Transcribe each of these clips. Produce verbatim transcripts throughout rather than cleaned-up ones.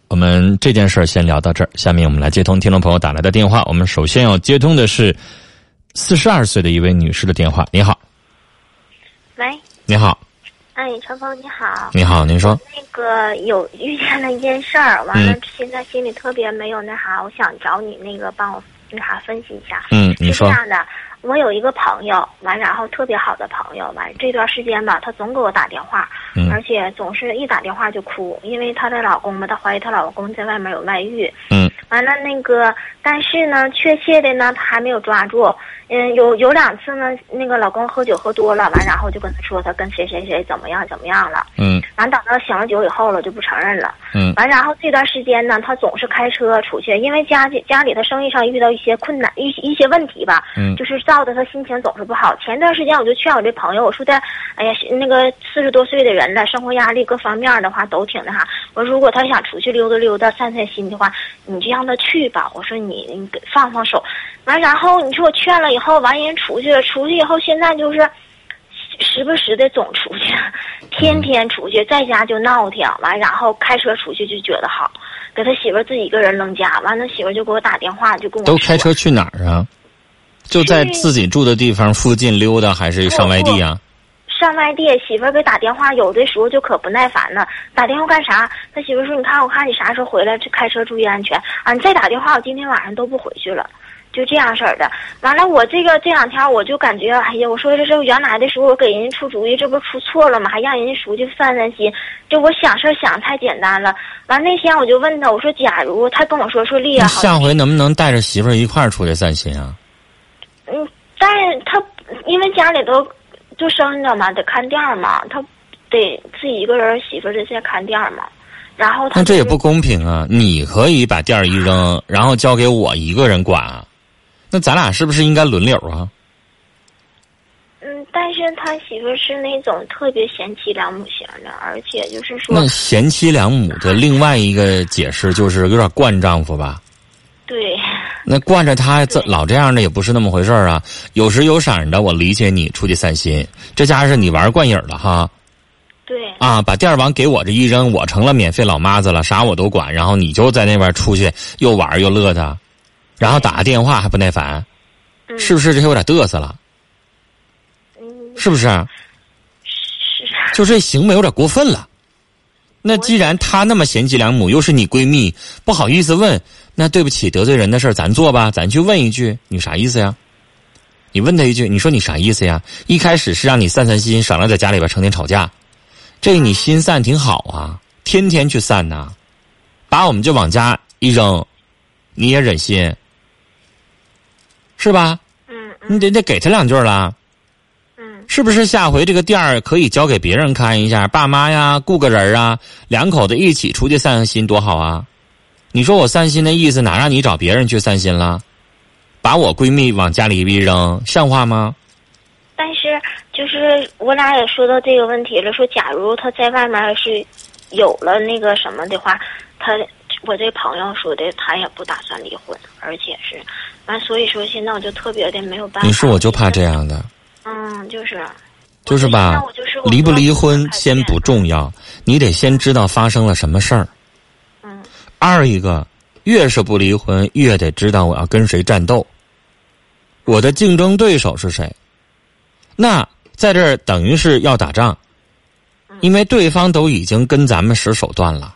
我们这件事儿先聊到这儿，下面我们来接通听众朋友打来的电话。我们首先要接通的是四十二岁的一位女士的电话。你好。 喂。 你好。 哎，陈峰你好。 你好，您说。 那个有遇见了一件事儿，完了、嗯、现在心里特别没有那啥，我想找你那个帮我那啥分析一下。 嗯，你说。 是这样的。我有一个朋友，完然后特别好的朋友，完这段时间吧，他总给我打电话， 嗯、 而且总是一打电话就哭，因为她的老公吧，她怀疑她老公在外面有外遇。 嗯， 完了那个，但是呢，确切的呢，她还没有抓住。嗯，有有两次呢，那个老公喝酒喝多了，完然后就跟他说他跟谁谁谁怎么样怎么样了。 嗯， 完等到醒了酒以后了，就不承认了。 嗯， 完然后这段时间呢，他总是开车出去，因为家里家里的生意上遇到一些困难，一一些问题吧。 嗯， 就是造的他心情总是不好。前段时间我就劝我这朋友，我说的，哎呀，那个四十多岁的人了，生活压力各方面的话都挺那啥。我说如果他想出去溜达溜达、散散心的话，你就让他去吧。我说你你放放手。完然后你说我劝了以后，完人出去了，出去以后现在就是时不时的总出去，天天出去，在家就闹挺，完然后开车出去就觉得好，给他媳妇自己一个人扔家，完了媳妇就给我打电话，就跟我说。 都开车去哪儿啊？就在自己住的地方附近溜达，还是上外地啊？ 上外地，媳妇给打电话，有的时候就可不耐烦了。打电话干啥？他媳妇说：“你看，我看你啥时候回来，开车注意安全啊！你再打电话，我今天晚上都不回去了。”就这样式儿的。完了，我这个这两天我就感觉，哎呀，我说这是原来的时候我给人家出主意，这不出错了吗？还让人家出去散散心。就我想事儿想太简单了。完那天我就问他，我说假如他跟我说说丽啊， 下回能不能带着媳妇儿一块儿出去散心啊？ 嗯，但是他因为家里都就生着嘛，得看店嘛，他得自己一个人，媳妇儿得在看店嘛。然后他、就是、 那这也不公平啊！你可以把店儿一扔，然后交给我一个人管啊。那咱俩是不是应该轮流啊？ 嗯，但是他媳妇是那种特别贤妻良母型的，而且就是说， 那贤妻良母的另外一个解释就是有点惯丈夫吧？ 对。 那惯着他这老这样的也不是那么回事儿啊。有时有闪的，我理解你出去散心，这家是你玩惯瘾了哈。 对。啊， 把电网给我这一扔，我成了免费老妈子了，啥我都管，然后你就在那边出去又玩又乐的。然后打个电话还不耐烦， 嗯、 是不是这有点嘚瑟了？ 嗯， 是不是？ 是。 就这行为有点过分了。那既然他那么贤妻良母，又是你闺蜜，不好意思问，那对不起，得罪人的事儿咱做吧，咱去问一句，你啥意思呀？你问他一句，你说你啥意思呀？一开始是让你散散心，省了在家里边成天吵架，这你心散挺好啊，天天去散呐，把我们就往家一扔，你也忍心？是吧？ 嗯， 你得得给他两句了。 嗯， 是不是下回这个店儿可以交给别人看一下，爸妈呀，雇个人啊，两口子一起出去散散心，多好啊！你说我散心的意思，哪让你找别人去散心了？把我闺蜜往家里一扔，像话吗？ 但是就是我俩也说到这个问题了，说假如他在外面是有了那个什么的话，他。我这朋友说的，他也不打算离婚，而且是完，所以说现在我就特别的没有办法。 你说我就怕这样的。 嗯，就是就是吧， 就是离不离婚先不重要，你得先知道发生了什么事儿。 嗯。 二一个，越是不离婚，越得知道我要跟谁战斗，我的竞争对手是谁。那在这儿等于是要打仗，因为对方都已经跟咱们使手段了。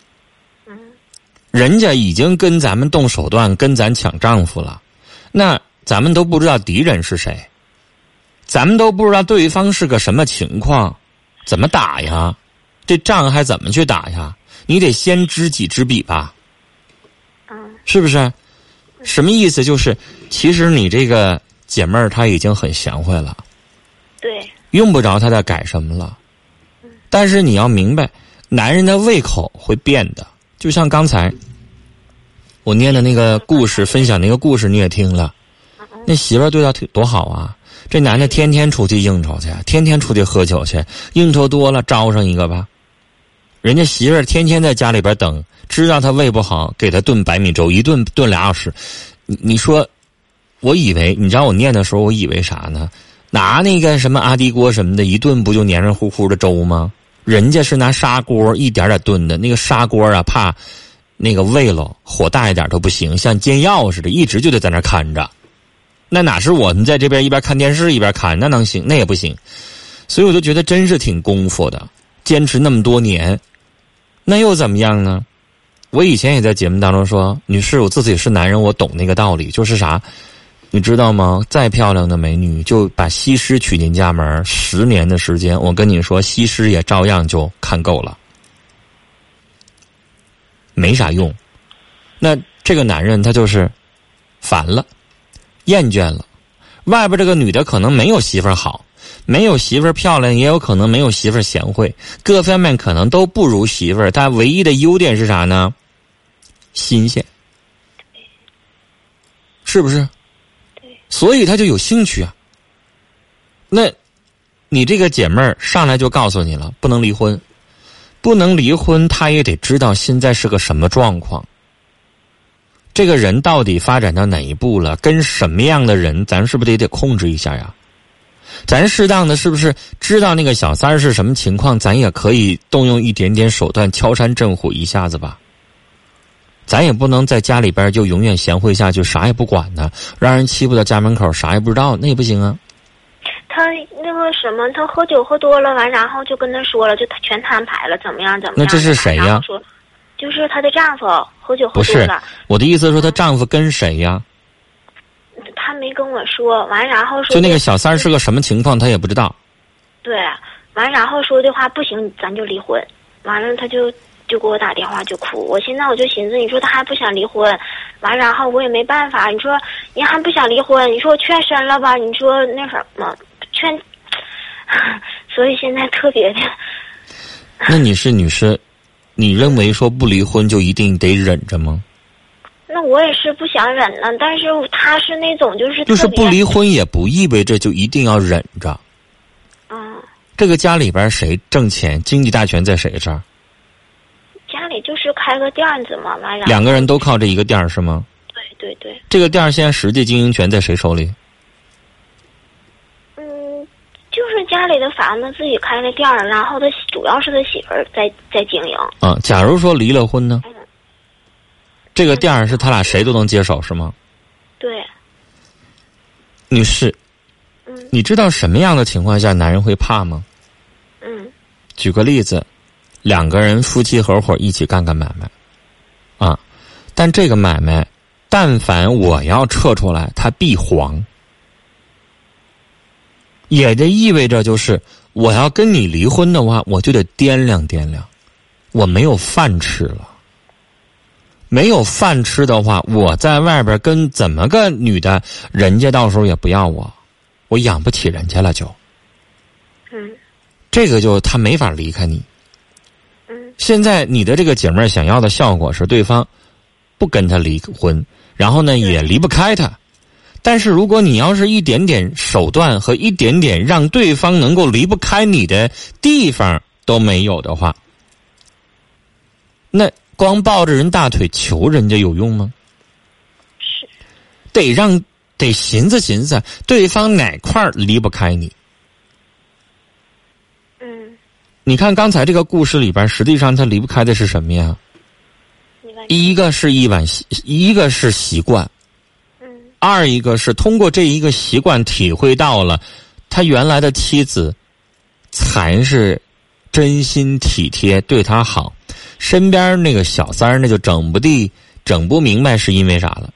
人家已经跟咱们动手段，跟咱抢丈夫了，那咱们都不知道敌人是谁，咱们都不知道对方是个什么情况，怎么打呀？这仗还怎么去打呀？你得先知己知彼吧， 嗯， 是不是？什么意思？就是其实你这个姐妹儿她已经很贤惠了， 对， 用不着她再改什么了。但是你要明白，男人的胃口会变的。就像刚才我念的那个故事，分享那个故事你也听了，那媳妇儿对他多好啊！这男的天天出去应酬去，天天出去喝酒去，应酬多了招上一个吧。人家媳妇儿天天在家里边等，知道他胃不好，给他炖白米粥，一炖炖俩小时。你你说，我以为你知道我念的时候，我以为啥呢？拿那个什么阿迪锅什么的，一炖不就黏黏糊糊的粥吗？人家是拿砂锅一点点炖的，那个砂锅啊，怕那个胃篓火大一点都不行，像煎药似的，一直就得在那看着。那哪是我们在这边一边看电视一边看，那能行？那也不行。所以我就觉得真是挺功夫的，坚持那么多年，那又怎么样呢？我以前也在节目当中说，女士，我自己是男人，我懂那个道理，就是啥，你知道吗？再漂亮的美女，就把西施娶进家门，十年的时间，我跟你说，西施也照样就看够了，没啥用。那这个男人他就是烦了，厌倦了。外边这个女的可能没有媳妇儿好，没有媳妇儿漂亮，也有可能没有媳妇儿贤惠，各方面可能都不如媳妇儿。但唯一的优点是啥呢？新鲜，是不是？所以他就有兴趣啊。那你这个姐妹儿上来就告诉你了，不能离婚，不能离婚，他也得知道现在是个什么状况。这个人到底发展到哪一步了？跟什么样的人，咱是不是得得控制一下呀？咱适当的是不是知道那个小三儿是什么情况，咱也可以动用一点点手段，敲山震虎一下子吧。咱也不能在家里边就永远贤惠下去，啥也不管呢，让人欺负到家门口，啥也不知道，那也不行啊。 他那个什么，他喝酒喝多了完，然后就跟他说了，就他全摊牌了，怎么样怎么样。 那这是谁呀？ 说就是她的丈夫喝酒喝多了。 不是，我的意思说她丈夫跟谁呀？ 他没跟我说完，然后说就那个小三是个什么情况，他也不知道。 对，完然后说的话不行，咱就离婚。完了他就就给我打电话就哭。我现在我就寻思，你说他还不想离婚，完然后我也没办法。你说你还不想离婚，你说我劝深了吧？你说那什么劝，所以现在特别的。 那你是女士，你认为说不离婚就一定得忍着吗？ 那我也是不想忍了，但是他是那种就是就是不离婚也不意味着就一定要忍着。 嗯， 这个家里边谁挣钱，经济大权在谁这儿？ 家里就是开个店子嘛，完了两个人都靠这一个店儿是吗？ 对对对。 这个店儿现在实际经营权在谁手里？ 嗯，就是家里的房子自己开了店儿，然后他主要是他媳妇儿在在经营。 啊，假如说离了婚呢？ 嗯， 这个店儿是他俩谁都能接手是吗？ 对。 女士， 嗯， 你知道什么样的情况下男人会怕吗？ 嗯， 举个例子，两个人夫妻合伙一起干干买卖，啊，但这个买卖，但凡我要撤出来，它必黄，也就意味着就是我要跟你离婚的话，我就得掂量掂量，我没有饭吃了。没有饭吃的话，我在外边跟怎么个女的，人家到时候也不要我，我养不起人家了就。 嗯， 这个就他没法离开你。 嗯， 现在你的这个姐妹儿想要的效果是对方不跟他离婚，然后呢也离不开他。但是如果你要是一点点手段和一点点让对方能够离不开你的地方都没有的话，那光抱着人大腿求人家有用吗？ 是， 得让得寻思寻思，对方哪块儿离不开你。 嗯， 你看刚才这个故事里边，实际上他离不开的是什么呀？一个是一碗习，一个是习惯， 嗯， 二一个是通过这一个习惯体会到了，他原来的妻子才是真心体贴，对他好。身边那个小三儿，那就整不地整不明白是因为啥了，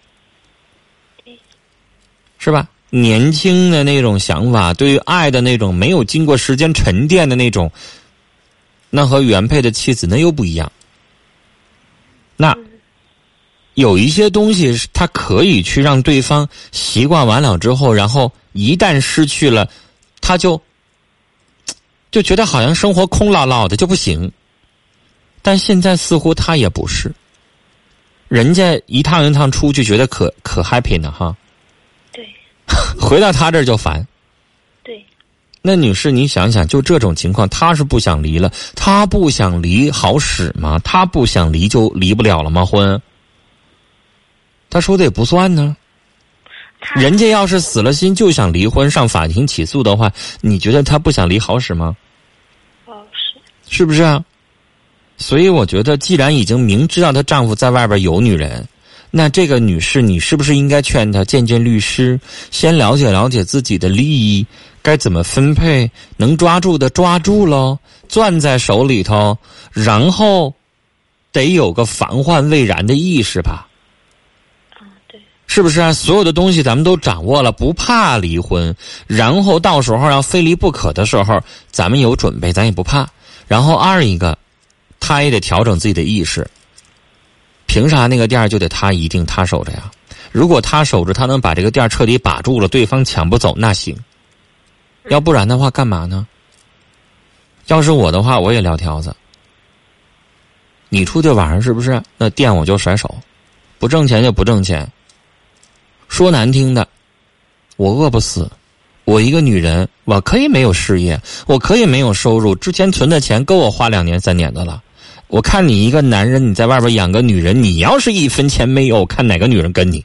是吧？年轻的那种想法，对于爱的那种没有经过时间沉淀的那种，那和原配的妻子那又不一样。那有一些东西是他可以去让对方习惯完了之后，然后一旦失去了，他就就觉得好像生活空落落的就不行。但现在似乎他也不是，人家一趟一趟出去觉得可可 happy 呢哈， 对， 回到他这儿就烦。 对， 那女士你想想，就这种情况，他是不想离了，他不想离好使吗？他不想离就离不了了吗？婚他说的也不算呢。人家要是死了心就想离婚，上法庭起诉的话，你觉得他不想离好使吗？ 哦，是， 是不是啊？ 所以我觉得，既然已经明知道她丈夫在外边有女人，那这个女士，你是不是应该劝她见见律师，先了解了解自己的利益该怎么分配，能抓住的抓住喽，攥在手里头，然后得有个防患未然的意识吧。 啊，对， 是不是啊？所有的东西咱们都掌握了，不怕离婚，然后到时候要非离不可的时候，咱们有准备，咱也不怕。然后二一个，他也得调整自己的意识。凭啥那个店就得他一定他守着呀？如果他守着，他能把这个店彻底把住了，对方抢不走，那行。要不然的话，干嘛呢？要是我的话，我也撂挑子。你出去晚上是不是？那店我就甩手，不挣钱就不挣钱。说难听的，我饿不死。我一个女人，我可以没有事业，我可以没有收入，之前存的钱够我花两年三年的了。我看你一个男人，你在外边养个女人，你要是一分钱没有，看哪个女人跟你。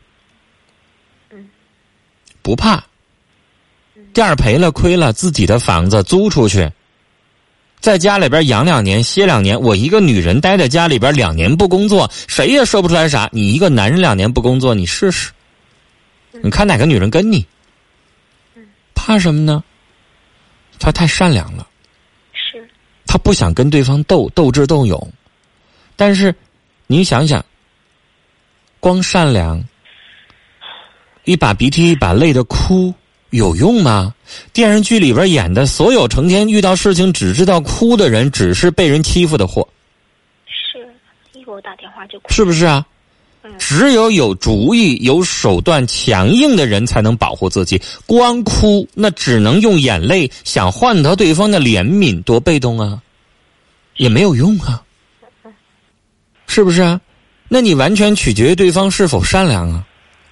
不怕。店儿赔了亏了，自己的房子租出去，在家里边养两年歇两年。我一个女人待在家里边两年不工作，谁也说不出来啥。你一个男人两年不工作，你试试，你看哪个女人跟你。怕什么呢？他太善良了， 是他不想跟对方斗斗智斗勇。但是你想想，光善良，一把鼻涕一把泪的哭有用吗？电视剧里边演的所有成天遇到事情只知道哭的人，只是被人欺负的货。 是，一给我打电话就哭。 是不是啊？只有有主意、有手段、强硬的人才能保护自己。光哭，那只能用眼泪想换得对方的怜悯，多被动啊，也没有用啊，是不是啊？那你完全取决于对方是否善良啊。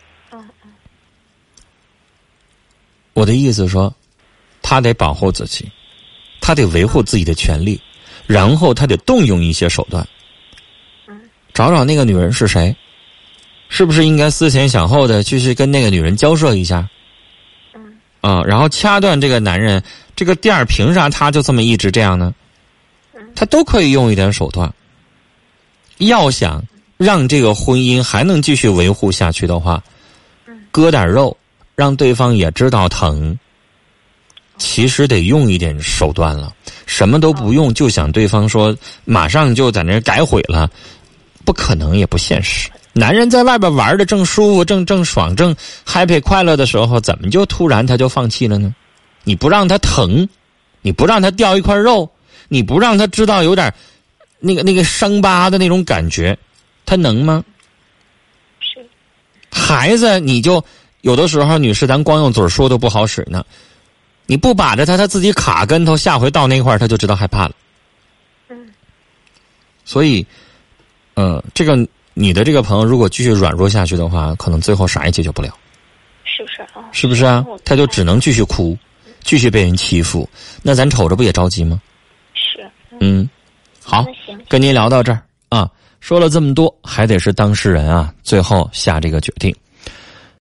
我的意思说，他得保护自己，他得维护自己的权利，然后他得动用一些手段，找找那个女人是谁。是不是应该思前想后的继续跟那个女人交涉一下？嗯，啊，然后掐断这个男人，这个店儿凭啥他就这么一直这样呢？他都可以用一点手段。要想让这个婚姻还能继续维护下去的话，割点肉，让对方也知道疼。其实得用一点手段了，什么都不用就想对方说马上就在那改悔了，不可能也不现实。男人在外边玩的正舒服、正正爽、正 happy 快乐的时候，怎么就突然他就放弃了呢？你不让他疼，你不让他掉一块肉，你不让他知道有点那个那个伤疤的那种感觉，他能吗？ 是。 孩子，你就有的时候，女士，咱光用嘴说都不好使呢。你不把着他，他自己卡跟头，下回到那块儿他就知道害怕了。嗯。所以，呃，这个。你的这个朋友如果继续软弱下去的话，可能最后啥也解决不了， 是不是啊？ 是不是啊？他就只能继续哭，继续被人欺负，那咱瞅着不也着急吗？ 是。 嗯，好，跟您聊到这儿啊，说了这么多，还得是当事人啊，最后下这个决定。